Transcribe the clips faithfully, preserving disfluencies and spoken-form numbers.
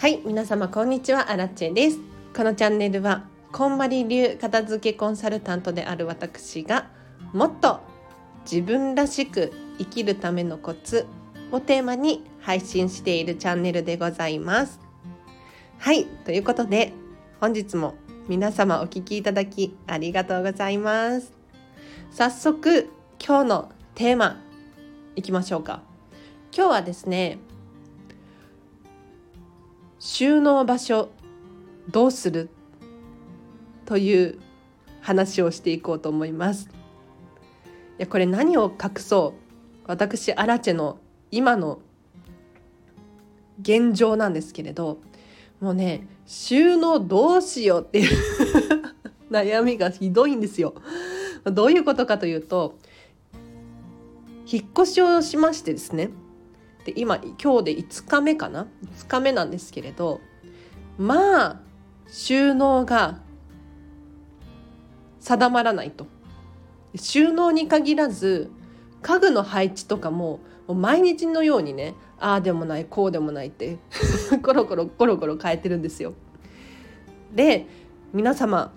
はい、皆様こんにちは、アラチェです。このチャンネルはこんまり流片付けコンサルタントである私がもっと自分らしく生きるためのコツをテーマに配信しているチャンネルでございます。はい、ということで本日も皆様お聞きいただきありがとうございます。早速今日のテーマいきましょうか。今日はですね、収納場所どうするという話をしていこうと思います。いやこれ何を隠そう、私アラチェの今の現状なんですけれど、もうね収納どうしようっていう悩みがひどいんですよ。どういうことかというと、引っ越しをしましてですね、で今今日でいつかめかないつかめなんですけれど、まあ収納が定まらないと。収納に限らず家具の配置とかも、もう毎日のようにね、ああでもないこうでもないってコロコロコロコロ変えてるんですよ。で皆様、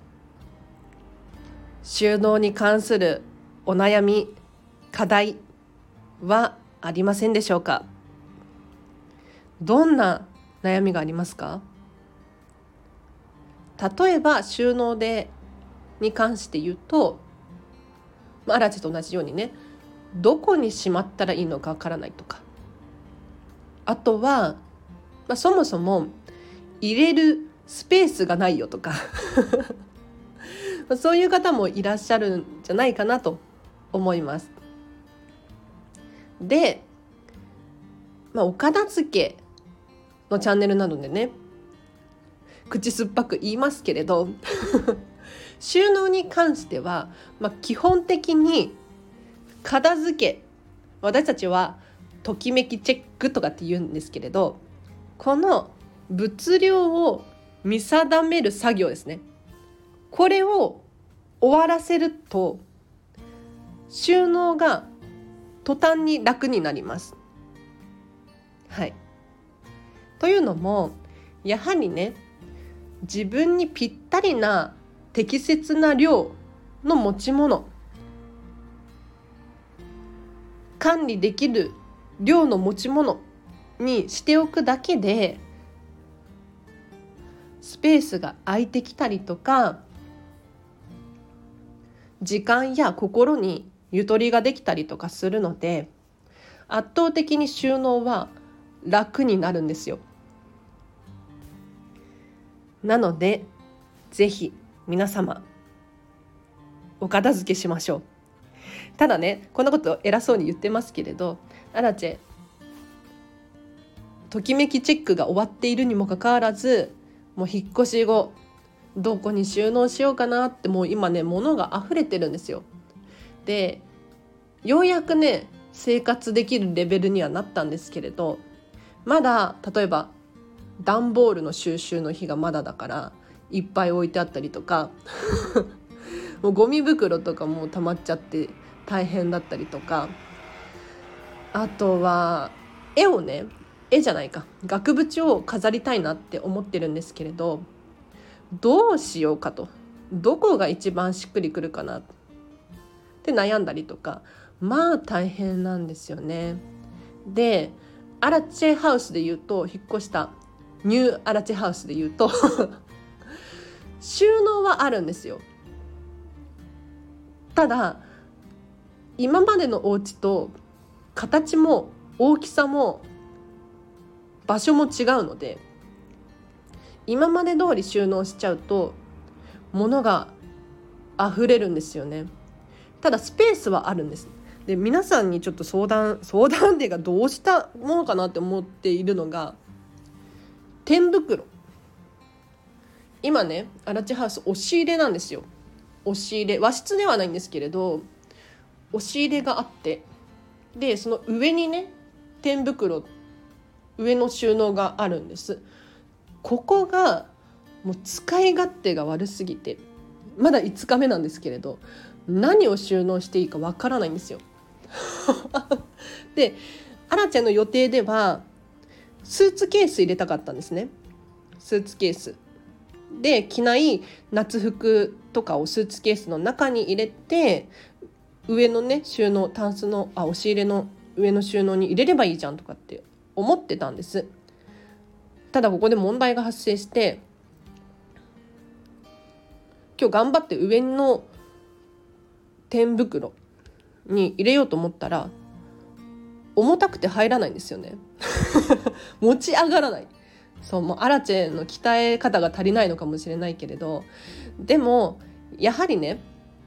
収納に関するお悩み課題はありませんでしょうか？どんな悩みがありますか？例えば収納でに関して言うと、アラチェと同じようにね、どこにしまったらいいのかわからないとか、あとは、まあ、そもそも入れるスペースがないよとかそういう方もいらっしゃるんじゃないかなと思います。で、まあ、お片付けのチャンネルなのでね、口酸っぱく言いますけれど収納に関しては、まあ、基本的に片付け、私たちはときめきチェックとかって言うんですけれど、この物量を見定める作業ですね、これを終わらせると収納が途端に楽になります。はい。というのも、やはりね、自分にぴったりな適切な量の持ち物、管理できる量の持ち物にしておくだけで、スペースが空いてきたりとか、時間や心にゆとりができたりとかするので、圧倒的に収納は楽になるんですよ。なのでぜひ皆様お片付けしましょう。ただね、こんなこと偉そうに言ってますけれど、アラチェときめきチェックが終わっているにもかかわらず、もう引っ越し後どこに収納しようかなって、もう今ね物が溢れてるんですよ。でようやくね生活できるレベルにはなったんですけれど、まだ例えば段ボールの収集の日がまだだからいっぱい置いてあったりとかもうゴミ袋とかも溜まっちゃって大変だったりとか、あとは絵をね絵じゃないか額縁を飾りたいなって思ってるんですけれど、どうしようかと、どこが一番しっくりくるかなって悩んだりとか、まあ大変なんですよね。でアラチェハウスで言うと、引っ越したニューアラチェハウスで言うと収納はあるんですよ。ただ今までのお家と形も大きさも場所も違うので、今まで通り収納しちゃうと物が溢れるんですよね。ただスペースはあるんです。で皆さんにちょっと相談相談っていうか、どうしたものかなって思っているのが天袋。今ねアラチェハウス押し入れなんですよ。押し入れ、和室ではないんですけれど押し入れがあって、でその上にね天袋、上の収納があるんです。ここがもう使い勝手が悪すぎて、まだいつかめなんですけれど何を収納していいかわからないんですよでアラチェの予定ではスーツケース入れたかったんですね。 スーツケースで着ない夏服とかをスーツケースの中に入れて、上のね収納、タンスのあ押し入れの上の収納に入れればいいじゃんとかって思ってたんです。ただここで問題が発生して、今日頑張って上の天袋に入れようと思ったら重たくて入らないんですよね持ち上がらない。そう、もうアラチェの鍛え方が足りないのかもしれないけれど、でもやはりね、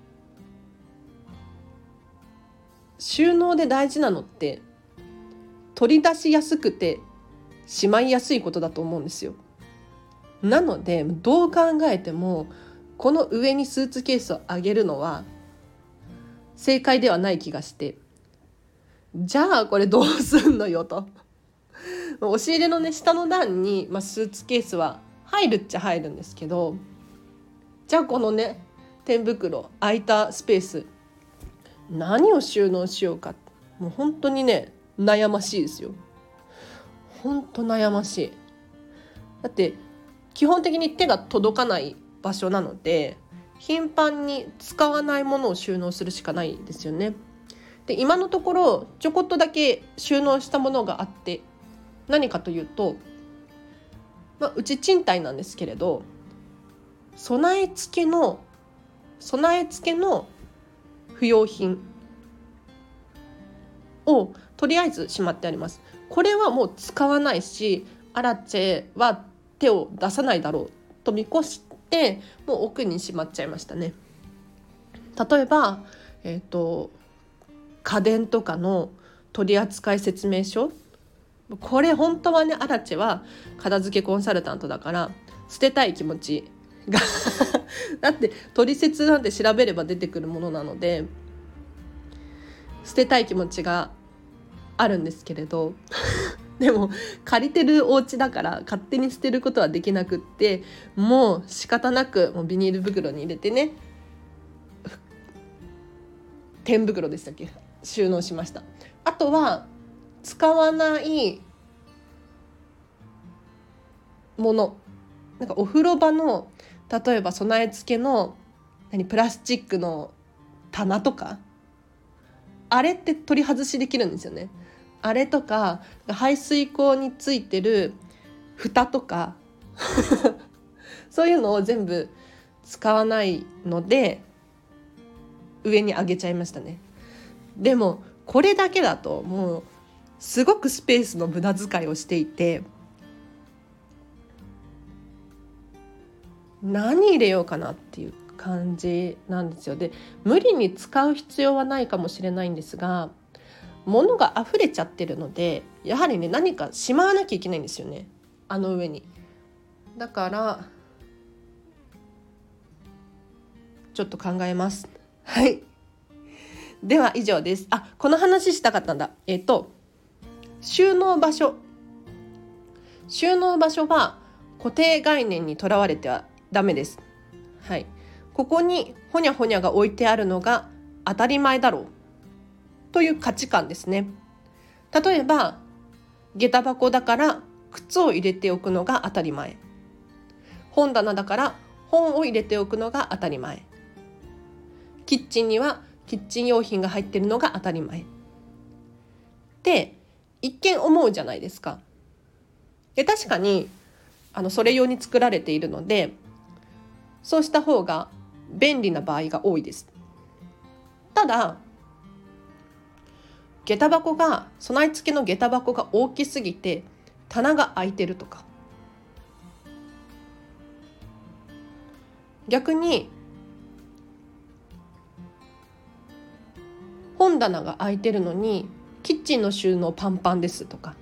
収納で大事なのって取り出しやすくてしまいやすいことだと思うんですよ。なのでどう考えてもこの上にスーツケースを上げるのは正解ではない気がして、じゃあこれどうすんのよと押し入れのね下の段に、まあ、スーツケースは入るっちゃ入るんですけど、じゃあこのね天袋空いたスペース何を収納しようか、もう本当にね悩ましいですよ。本当悩ましい。だって基本的に手が届かない場所なので、頻繁に使わないものを収納するしかないですよね。で今のところちょこっとだけ収納したものがあって、何かというと、まあ、うち賃貸なんですけれど、備え付けの備え付けの不要品をとりあえずしまってあります。これはもう使わないし、アラチェは手を出さないだろうと見越してもう奥にしまっちゃいましたね。例えば、えーと、家電とかの取扱説明書、これ本当はねアラチェは片付けコンサルタントだから捨てたい気持ちがだって取説なんて調べれば出てくるものなので捨てたい気持ちがあるんですけれどでも借りてるお家だから勝手に捨てることはできなくって、もう仕方なくもうビニール袋に入れてね、天袋でしたっけ、収納しました。あとは使わないもの、なんかお風呂場の例えば備え付けの何プラスチックの棚とか、あれって取り外しできるんですよね。あれとか排水口についてる蓋とかそういうのを全部使わないので上に上げちゃいましたね。でもこれだけだともうすごくスペースの無駄遣いをしていて、何入れようかなっていう感じなんですよ。で、無理に使う必要はないかもしれないんですが、物が溢れちゃってるのでやはりね何かしまわなきゃいけないんですよね、あの上に。だからちょっと考えます。はい、では以上です。あ、この話したかったんだ。えっと収納場所収納場所は固定概念にとらわれてはダメです。はい、ここにほにゃほにゃが置いてあるのが当たり前だろうという価値観ですね。例えば下駄箱だから靴を入れておくのが当たり前、本棚だから本を入れておくのが当たり前、キッチンにはキッチン用品が入っているのが当たり前って一見思うじゃないですか。で確かにあのそれ用に作られているので、そうした方が便利な場合が多いです。ただ下駄箱が備え付けの下駄箱が大きすぎて棚が空いてるとか、逆に本棚が空いてるのにキッチンの収納パンパンですとか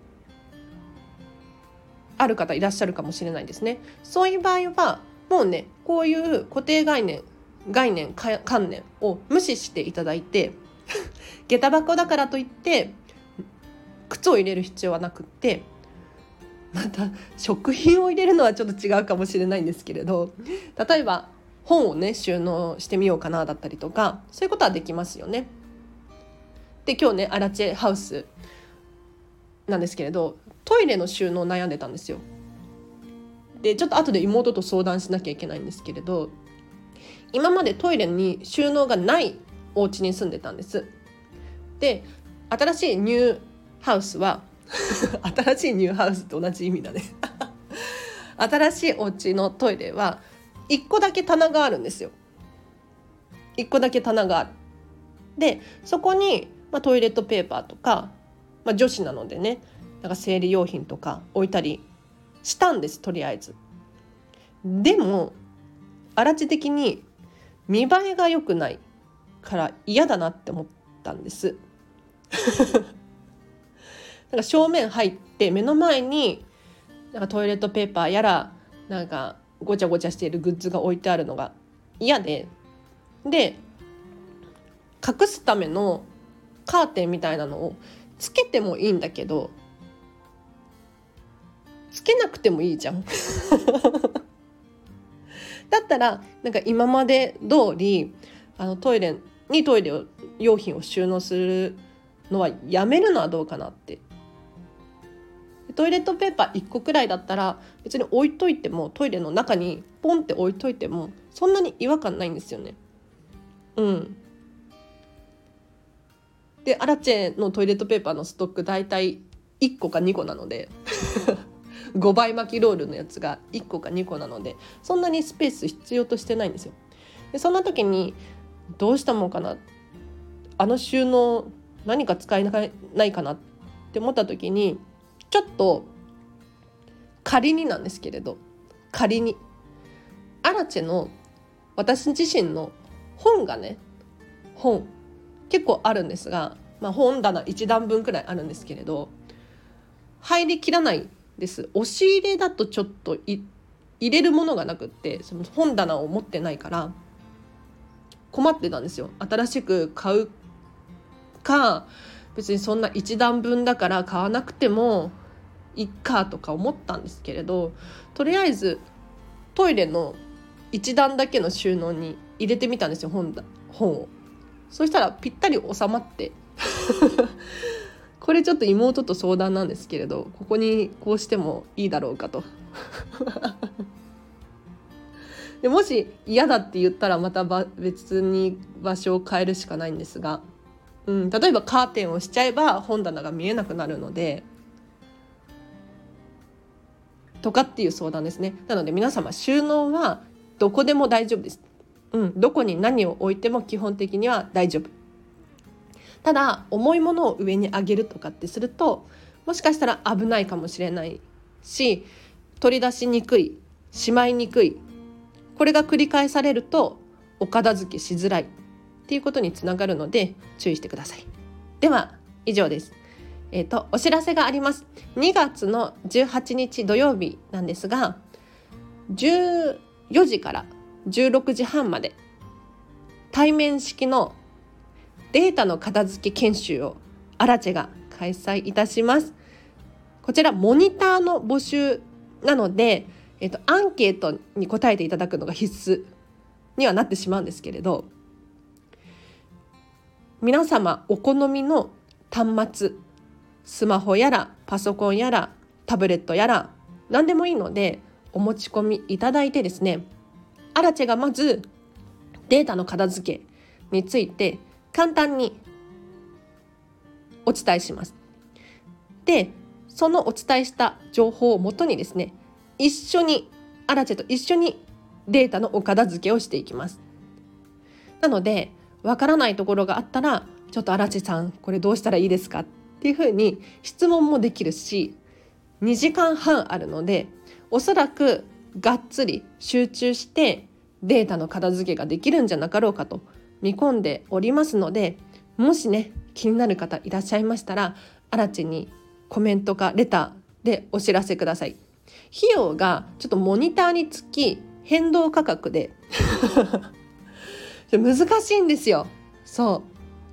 ある方いらっしゃるかもしれないですね。そういう場合はもうねこういう固定概念概念観念を無視していただいて下駄箱だからといって靴を入れる必要はなくって、また食品を入れるのはちょっと違うかもしれないんですけれど、例えば本をね収納してみようかなだったりとか、そういうことはできますよね。で今日ねアラチェハウスなんですけれど、トイレの収納悩んでたんですよ。 でちょっと後で妹と相談しなきゃいけないんですけれど、今までトイレに収納がないお家に住んでたんです。で新しいニューハウスは新しいニューハウスと同じ意味だね新しいお家のトイレはいっこだけ棚があるんですよ。いっこだけ棚がある。でそこに、まあ、トイレットペーパーとか、まあ、女子なのでね、なんか生理用品とか置いたりしたんです。とりあえず。でもあらち的に見栄えが良くないから嫌だなって思ったんですなんか正面入って目の前になんかトイレットペーパーやらなんかごちゃごちゃしているグッズが置いてあるのが嫌で、で隠すためのカーテンみたいなのをつけてもいいんだけど、つけなくてもいいじゃんだったらなんか今まで通りあのトイレにトイレを用品を収納するのはやめるのはどうかなって。トイレットペーパーいっこくらいだったら別に置いといても、トイレの中にポンって置いといてもそんなに違和感ないんですよね。うんでアラチェのトイレットペーパーのストックだいたいいっこかにこなのでごばい巻きロールのやつがいっこかにこなので、そんなにスペース必要としてないんですよ。でそんな時にどうしたもんかな、あの収納何か使えないかなって思った時に、ちょっと仮になんですけれど、仮にアラチェの私自身の本がね、本結構あるんですが、まあ、本棚いちだんぶんくらいあるんですけれど入りきらないです。押し入れだとちょっと入れるものがなくって、その本棚を持ってないから困ってたんですよ。新しく買うか別にそんないちだんぶんだから買わなくてもいっかとか思ったんですけれど、とりあえずトイレのいちだんだけの収納に入れてみたんですよ、 本, だ本を。そしたらぴったり収まってこれちょっと妹と相談なんですけれど、ここにこうしてもいいだろうかとでもし嫌だって言ったらまた別に場所を変えるしかないんですが、うん、例えばカーテンをしちゃえば本棚が見えなくなるのでとかっていう相談ですね。なので皆様収納はどこでも大丈夫です。うん、どこに何を置いても基本的には大丈夫。ただ重いものを上に上げるとかってするともしかしたら危ないかもしれないし、取り出しにくい、しまいにくい、これが繰り返されるとお片付けしづらいっていうことにつながるので注意してください。では以上です。えーと、お知らせがあります。にがつのじゅうはちにち土曜日なんですが、じゅうよじからじゅうろくじはんまで対面式のデータの片付け研修をアラチェが開催いたします。こちらモニターの募集なので、えっと、アンケートに答えていただくのが必須にはなってしまうんですけれど、皆様お好みの端末、スマホやらパソコンやらタブレットやら何でもいいのでお持ち込みいただいてですね、アラチェがまずデータの片付けについて簡単にお伝えします。で、そのお伝えした情報をもとにですね、一緒にアラチェと一緒にデータのお片付けをしていきます。なのでわからないところがあったら、ちょっとアラチェさんこれどうしたらいいですかっていうふうに質問もできるし、にじかんはんあるのでおそらくがっつり集中してデータの片付けができるんじゃなかろうかと見込んでおりますので、もしね気になる方いらっしゃいましたらアラチェにコメントかレターでお知らせください。費用がちょっとモニターにつき変動価格で難しいんですよ。そう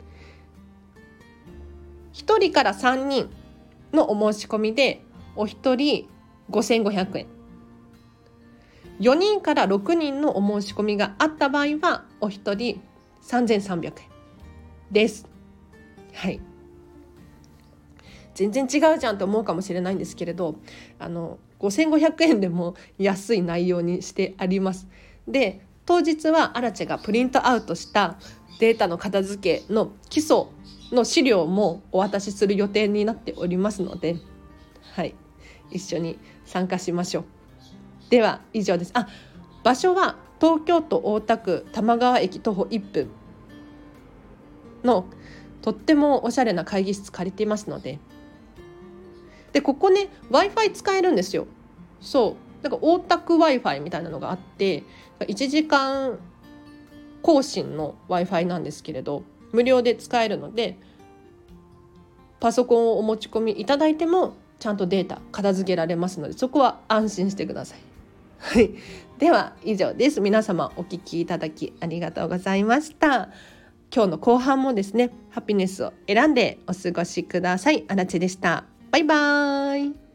ひとりからさんにんのお申し込みでお一人ごせんごひゃくえん、よにんからろくにんのお申し込みがあった場合はお一人さんぜんさんびゃくえんです。はい。 全然違うじゃんと思うかもしれないんですけれど、あのごせんごひゃくえんでも安い内容にしてあります。で、当日はアラチェがプリントアウトしたデータの片付けの基礎の資料もお渡しする予定になっておりますので、はい、一緒に参加しましょう。では以上です。あ、場所は東京都大田区玉川駅徒歩いっぷんのとってもおしゃれな会議室借りていますので、でここね Wi-Fi 使えるんですよ。そうなんか大田区 Wi-Fi みたいなのがあって、いちじかん更新の Wi-Fi なんですけれど、無料で使えるので、パソコンをお持ち込みいただいてもちゃんとデータ片付けられますので、そこは安心してください。はい、では以上です。皆様お聞きいただきありがとうございました。今日の後半もですね、ハピネスを選んでお過ごしください。あらちでした。バイバーイ。